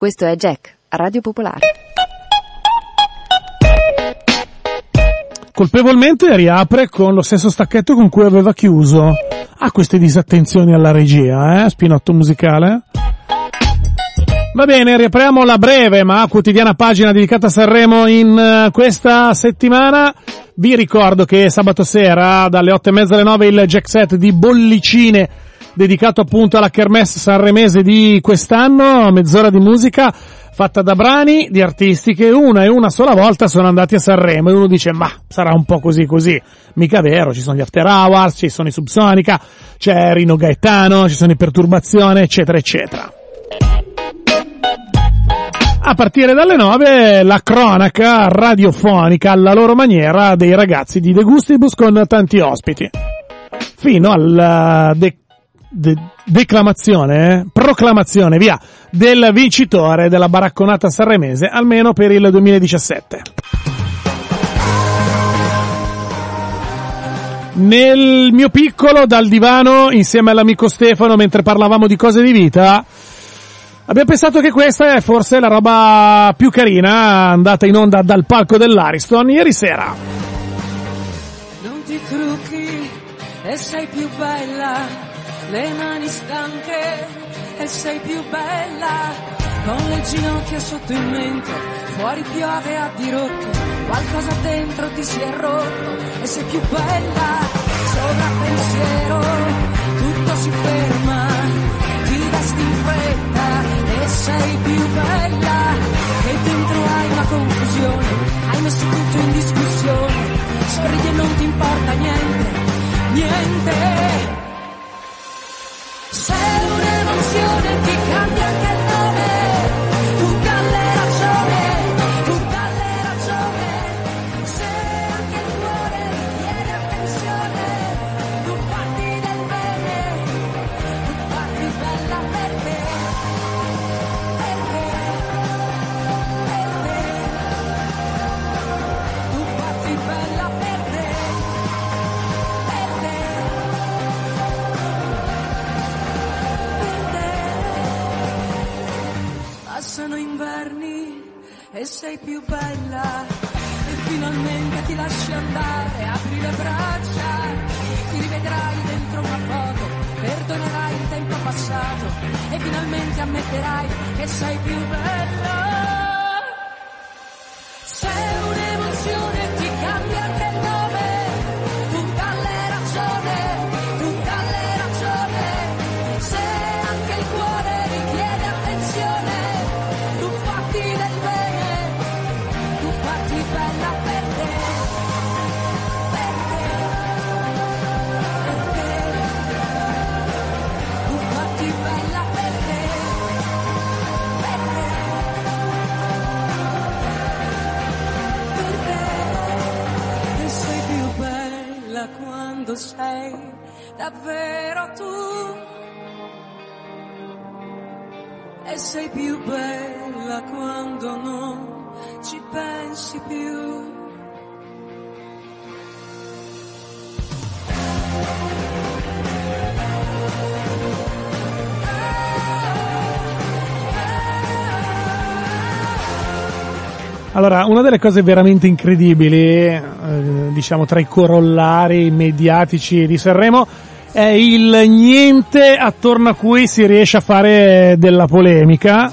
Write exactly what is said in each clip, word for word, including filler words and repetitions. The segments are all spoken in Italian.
Questo è Jack, Radio Popolare. Colpevolmente riapre con lo stesso stacchetto con cui aveva chiuso. Ha queste disattenzioni alla regia, eh? Spinotto musicale. Va bene, riapriamo la breve ma quotidiana pagina dedicata a Sanremo in uh, questa settimana. Vi ricordo che sabato sera dalle otto e mezza alle nove il Jack Set di Bollicine, dedicato appunto alla kermesse sanremese di quest'anno, mezz'ora di musica fatta da brani di artisti che una e una sola volta sono andati a Sanremo, e uno dice ma sarà un po' così così, mica vero, ci sono gli After Hours, ci sono i Subsonica, c'è Rino Gaetano, ci sono i Perturbazione, eccetera eccetera. A partire dalle nove la cronaca radiofonica alla loro maniera dei ragazzi di De Gustibus con tanti ospiti, fino alla de- de- declamazione, eh? proclamazione, via, del vincitore della baracconata sanremese, almeno per il duemiladiciassette. Nel mio piccolo, dal divano, insieme all'amico Stefano, mentre parlavamo di cose di vita, abbiamo pensato che questa è forse la roba più carina andata in onda dal palco dell'Ariston ieri sera. Non ti trucchi e sei più bella, le mani stanche e sei più bella, con le ginocchia sotto il mento, fuori piove a dirotto, qualcosa dentro ti si è rotto e sei più bella, sopra pensiero, tutto si ferma, ti vesti in fretta e sei più bella, e dentro hai una confusione, hai messo tutto in discussione, sorridi e non ti importa niente, niente. Sei un'emozione, ti cambia anche il nome, tutta le ragioni, tutta le ragioni, se anche il cuore richiede attenzione, tu fatti del bene, tu fatti bella per te, per te, per te, tu fatti bella per te, per te. Passano inverni e sei più bella, e finalmente ti lasci andare, apri le braccia, ti rivedrai dentro una foto, perdonerai il tempo passato e finalmente ammetterai che sei più bella. Sei un'emozione, ti cambia anche il nome, tutta le ragioni, tutta le ragioni, se anche il cuore richiede attenzione, tu fatti del bene, tu fatti bella per te, per te, per te, tu fatti bella per te, per te, per te, e sei più bella quando sei davvero tu. E sei più bella quando non ci pensi più. Allora, una delle cose veramente incredibili, eh, diciamo tra i corollari mediatici di Sanremo, è il niente attorno a cui si riesce a fare della polemica.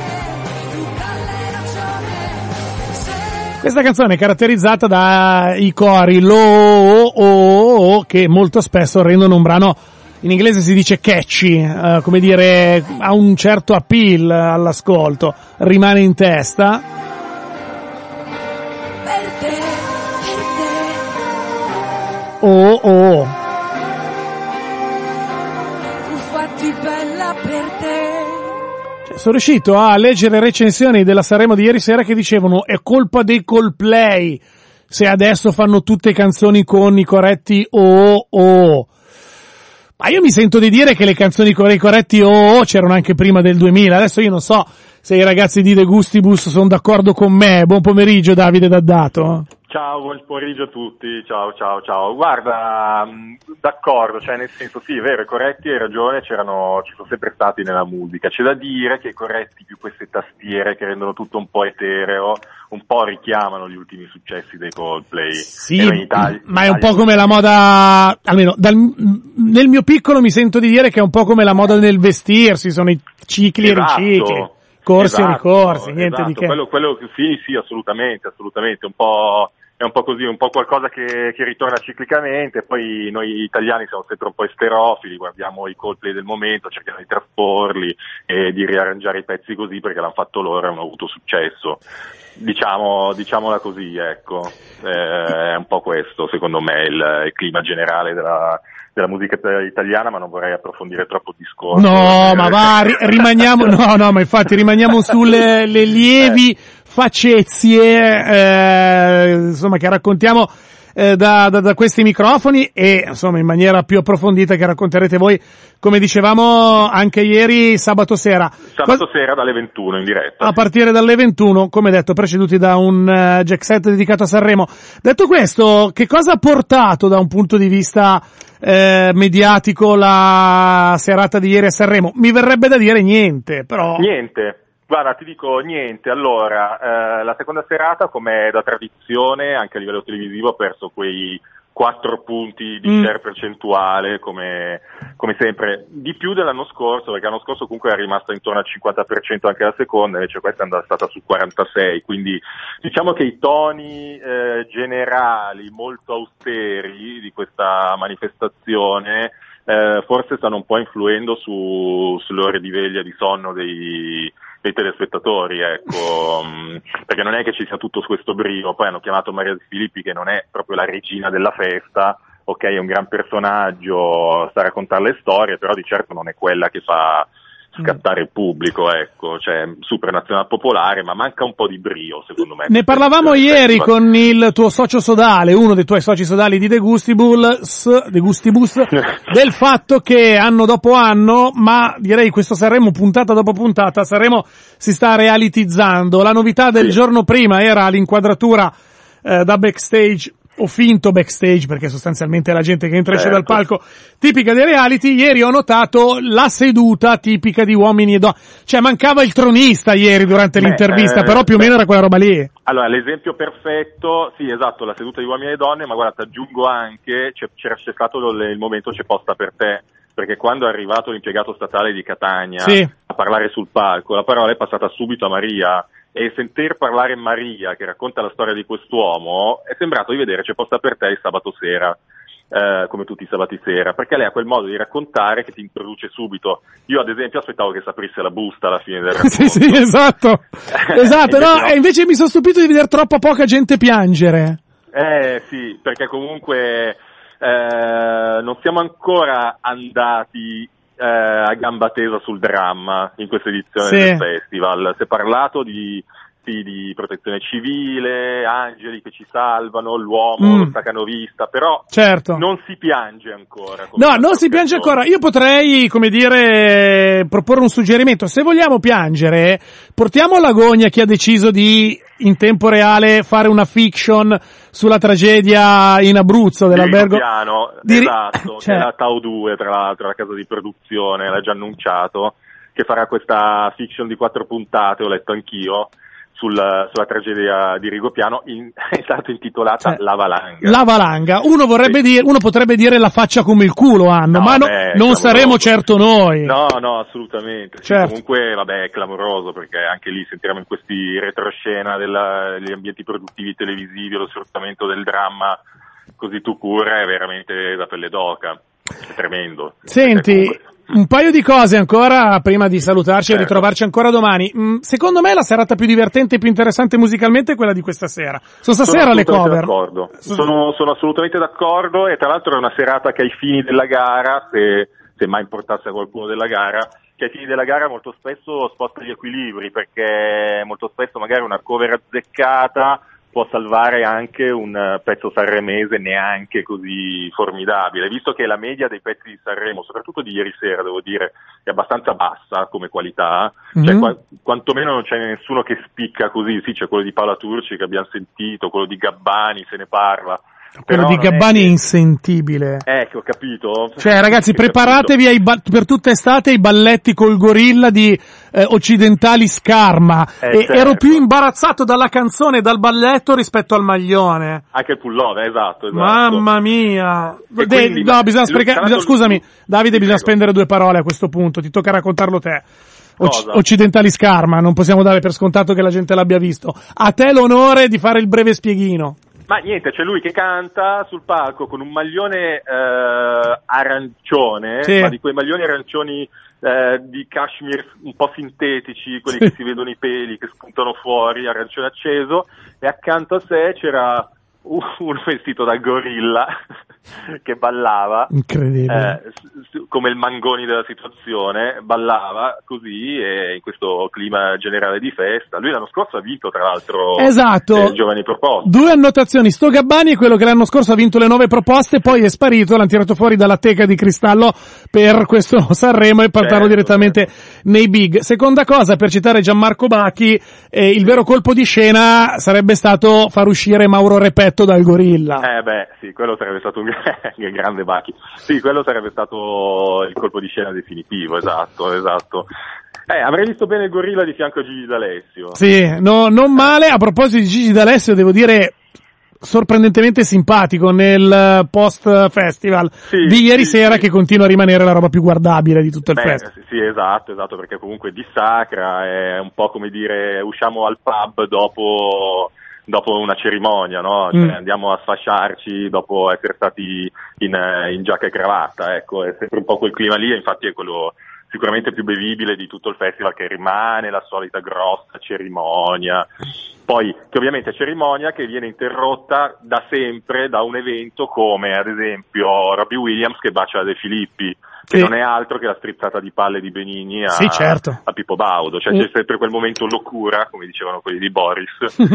Questa canzone è caratterizzata dai cori lo o o o che molto spesso rendono un brano, in inglese si dice catchy, eh, come dire, ha un certo appeal all'ascolto, rimane in testa. Per te, per te, Oh oh. bella per te. Cioè, sono riuscito a leggere recensioni della Sanremo di ieri sera che dicevano è colpa dei Coldplay se adesso fanno tutte canzoni con i corretti oh oh. Ma io mi sento di dire che le canzoni con i corretti oh oh c'erano anche prima del duemila. Adesso io non so se i ragazzi di De Gustibus sono d'accordo con me. Buon pomeriggio Davide D'Addato. Ciao, buon pomeriggio a tutti, ciao ciao ciao. Guarda, d'accordo, cioè nel senso sì, è vero, i corretti hai ragione, c'erano, ci sono sempre stati nella musica. C'è da dire che i corretti più queste tastiere che rendono tutto un po' etereo, un po' richiamano gli ultimi successi dei Coldplay. Sì, in Italia, in ma è un Italia po' come la moda, almeno dal, nel mio piccolo mi sento di dire che è un po' come la moda nel vestirsi, sono i cicli esatto. e ricicli. Corsi esatto, e ricorsi, niente esatto. di che. Quello, quello, sì, sì, assolutamente, assolutamente, un po', è un po' così, un po' qualcosa che, che ritorna ciclicamente, poi noi italiani siamo sempre un po' esterofili, guardiamo i Coldplay del momento, cerchiamo di trasporli e di riarrangiare i pezzi così perché l'hanno fatto loro e hanno avuto successo. Diciamo, diciamola così, ecco, eh, è un po' questo, secondo me, il, il clima generale della, della musica italiana, ma non vorrei approfondire troppo il discorso. No, ma va, ri- rimaniamo, no, no, ma infatti rimaniamo sulle le lievi facezie, eh, insomma, che raccontiamo eh, da, da, da questi microfoni e, insomma, in maniera più approfondita che racconterete voi, come dicevamo anche ieri, sabato sera. Sabato Qu- sera dalle ventuno in diretta. A sì. partire dalle ventuno, come detto, preceduti da un uh, jack set dedicato a Sanremo. Detto questo, che cosa ha portato da un punto di vista eh, mediatico la serata di ieri a Sanremo? Mi verrebbe da dire niente, però... Niente. Guarda, ti dico niente. Allora, eh, la seconda serata, come da tradizione, anche a livello televisivo, ha perso quei quattro punti di Mm. share percentuale, come, come sempre, di più dell'anno scorso, perché l'anno scorso comunque è rimasta intorno al cinquanta per cento anche la seconda, invece questa è andata stata su quarantasei, quindi diciamo che i toni eh, generali molto austeri di questa manifestazione eh, forse stanno un po' influendo su, sulle ore di veglia, di sonno dei dei telespettatori, ecco, perché non è che ci sia tutto questo brio. Poi hanno chiamato Maria De Filippi, che non è proprio la regina della festa, ok, è un gran personaggio, sta a raccontare le storie, però di certo non è quella che fa scattare il pubblico, ecco, cioè super nazionale popolare, ma manca un po' di brio, secondo me. Ne parlavamo ieri con il tuo socio sodale, uno dei tuoi soci sodali di The Gustibus, The Gustibus, del fatto che anno dopo anno, ma direi questo Sanremo puntata dopo puntata, Sanremo si sta realitizzando. La novità del Sì. giorno prima era l'inquadratura eh, da backstage, o finto backstage, perché sostanzialmente è la gente che entra e esce dal Certo. palco, tipica dei reality. Ieri ho notato la seduta tipica di uomini e donne, cioè mancava il tronista ieri durante Beh, l'intervista, eh, però più o beh. meno era quella roba lì. Allora, l'esempio perfetto, sì, esatto, la seduta di uomini e donne, ma guarda, ti aggiungo anche, c'è, c'era c'è stato il, il momento c'è posta per te, perché quando è arrivato l'impiegato statale di Catania Sì. a parlare sul palco, la parola è passata subito a Maria, e sentir parlare Maria, che racconta la storia di quest'uomo, è sembrato di vedere C'è posta per te il sabato sera, eh, come tutti i sabati sera, perché lei ha quel modo di raccontare che ti introduce subito. Io ad esempio aspettavo che si aprisse la busta alla fine del racconto. Sì, sì, esatto. Esatto, no, no. e invece mi sono stupito di vedere troppo poca gente piangere. Eh sì, perché comunque eh, non siamo ancora andati eh, a gamba tesa sul dramma in questa edizione Sì. del festival. Si è parlato di, sì, di protezione civile, angeli che ci salvano, l'uomo, Mm. lo stacanovista, però Certo. non si piange ancora. come No, in non altre si piange occasioni. ancora. Io potrei, come dire, proporre un suggerimento. Se vogliamo piangere, portiamo all'agonia chi ha deciso di, in tempo reale, fare una fiction sulla tragedia in Abruzzo dell'albergo. Piano, di ri- esatto, cioè- che è la Tau due, tra l'altro, la casa di produzione, l'ha già annunciato, che farà questa fiction di quattro puntate, ho letto anch'io, sul, sulla tragedia di Rigopiano, in, è stata intitolata Cioè, La Valanga. La valanga. Uno vorrebbe Sì. dire, uno potrebbe dire la faccia come il culo hanno, No, ma no- beh, è non clamoroso. saremo certo noi. No, no, assolutamente. Sì, Certo. comunque, vabbè, è clamoroso, perché anche lì sentiremo in questi retroscena della- degli ambienti produttivi televisivi, lo sfruttamento del dramma così tu cura, è veramente da pelle d'oca. È tremendo. Senti, Perché comunque- un paio di cose ancora prima di salutarci Certo. e ritrovarci ancora domani. Mm, secondo me la serata più divertente e più interessante musicalmente è quella di questa sera. Sono stasera sono le assolutamente cover. d'accordo. Sono, sono assolutamente d'accordo, e tra l'altro è una serata che ai fini della gara, se, se mai importasse a qualcuno della gara, che ai fini della gara molto spesso sposta gli equilibri, perché molto spesso magari una cover azzeccata può salvare anche un pezzo sanremese neanche così formidabile, visto che la media dei pezzi di Sanremo, soprattutto di ieri sera, devo dire, è abbastanza bassa come qualità, mm-hmm. cioè qua, quantomeno non c'è nessuno che spicca così, sì, c'è quello di Paola Turci che abbiamo sentito, quello di Gabbani se ne parla. Quello Però di Gabbani è, è che... insentibile. Ecco, ho capito. Cioè, ragazzi, preparatevi ai ba- per tutta estate i balletti col gorilla di eh, Occidentali Scarma. Eh, e certo. Ero più imbarazzato dalla canzone e dal balletto rispetto al maglione. Anche il pullover, esatto, esatto. Mamma mia. De- quindi, no, bisogna sprecare. Bisogna, scusami, Davide, bisogna prego. spendere due parole a questo punto. Ti tocca raccontarlo te. Cosa? Occidentali Scarma, non possiamo dare per scontato che la gente l'abbia visto. A te l'onore di fare il breve spieghino. Ma niente, c'è lui che canta sul palco con un maglione eh, arancione, sì. ma di quei maglioni arancioni eh, di cashmere un po' sintetici, quelli sì. che si vedono i peli, che spuntano fuori, arancione acceso, e accanto a sé c'era un vestito da gorilla che ballava, incredibile, eh, come il Mangoni della situazione, ballava così e in questo clima generale di festa. Lui l'anno scorso ha vinto, tra l'altro, esatto, eh, Giovani Proposte. Due annotazioni: sto Gabbani è quello che l'anno scorso ha vinto le nove proposte, poi è sparito, l'hanno tirato fuori dalla teca di cristallo per questo Sanremo e portarlo certo, direttamente certo. nei big. Seconda cosa, per citare Gianmarco Bacchi, eh, il vero colpo di scena sarebbe stato far uscire Mauro Repetto dal gorilla. Eh beh, sì, quello sarebbe stato un grande Bacchi. Sì, quello sarebbe stato il colpo di scena definitivo, esatto, esatto. Eh, avrei visto bene il gorilla di fianco a Gigi D'Alessio. Sì, no, non male. A proposito di Gigi D'Alessio, devo dire sorprendentemente simpatico nel post festival sì, di ieri sì, sera sì. che continua a rimanere la roba più guardabile di tutto il Beh, festival. Sì, sì, esatto, esatto, perché comunque dissacra, è un po' come dire usciamo al pub dopo dopo una cerimonia, no? Cioè, mm. andiamo a sfasciarci dopo essere stati in, in giacca e cravatta, ecco, è sempre un po' quel clima lì, infatti è quello sicuramente più bevibile di tutto il festival, che rimane la solita grossa cerimonia, poi che ovviamente è cerimonia che viene interrotta da sempre da un evento come ad esempio Robbie Williams che bacia De Filippi, che sì. non è altro che la strizzata di palle di Benigni a, sì, certo. a Pippo Baudo, cioè mm. c'è sempre quel momento locura, come dicevano quelli di Boris,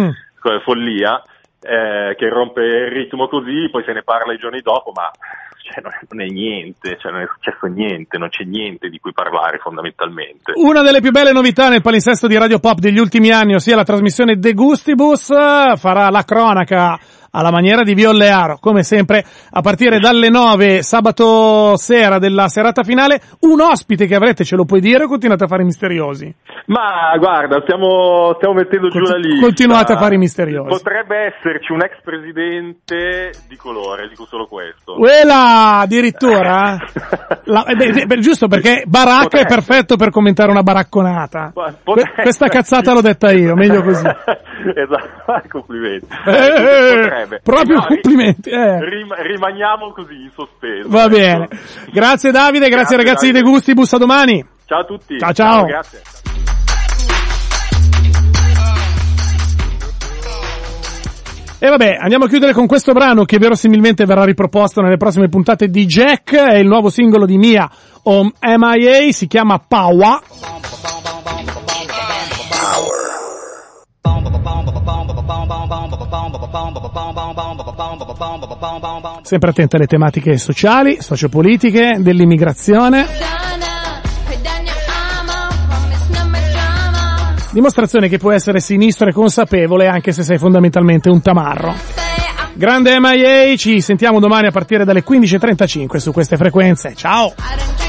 follia, eh, che rompe il ritmo così, poi se ne parla i giorni dopo, ma cioè, non, è, non è niente, cioè non è successo niente, non c'è niente di cui parlare fondamentalmente. Una delle più belle novità nel palinsesto di Radio Pop degli ultimi anni, ossia la trasmissione De Gustibus, farà la cronaca alla maniera di Viollearo, come sempre, a partire dalle nove sabato sera della serata finale. Un ospite che avrete, ce lo puoi dire, o continuate a fare i misteriosi? Ma guarda, stiamo, stiamo mettendo giù Cont- la lista. Continuate a fare i misteriosi. Potrebbe esserci un ex presidente di colore, dico solo questo. Quella, addirittura? la, beh, beh, giusto perché Baracca Potrebbe. è perfetto per commentare una baracconata. Que- questa cazzata l'ho detta io, meglio così. Esatto, complimenti. Eh, eh, proprio no, complimenti. Eh. Rim- rimaniamo così in sospeso. Va ecco. bene. Grazie Davide, grazie, grazie ragazzi Davide. di De Gustibus, a domani. Ciao a tutti. Ciao ciao. ciao grazie. E vabbè, andiamo a chiudere con questo brano che verosimilmente verrà riproposto nelle prossime puntate di Jack, è il nuovo singolo di Mia o M I A, si chiama Power. Sempre attenta alle tematiche sociali, sociopolitiche, dell'immigrazione. Dimostrazione che può essere sinistro e consapevole anche se sei fondamentalmente un tamarro. Grande M I A, ci sentiamo domani a partire dalle quindici e trentacinque su queste frequenze. Ciao!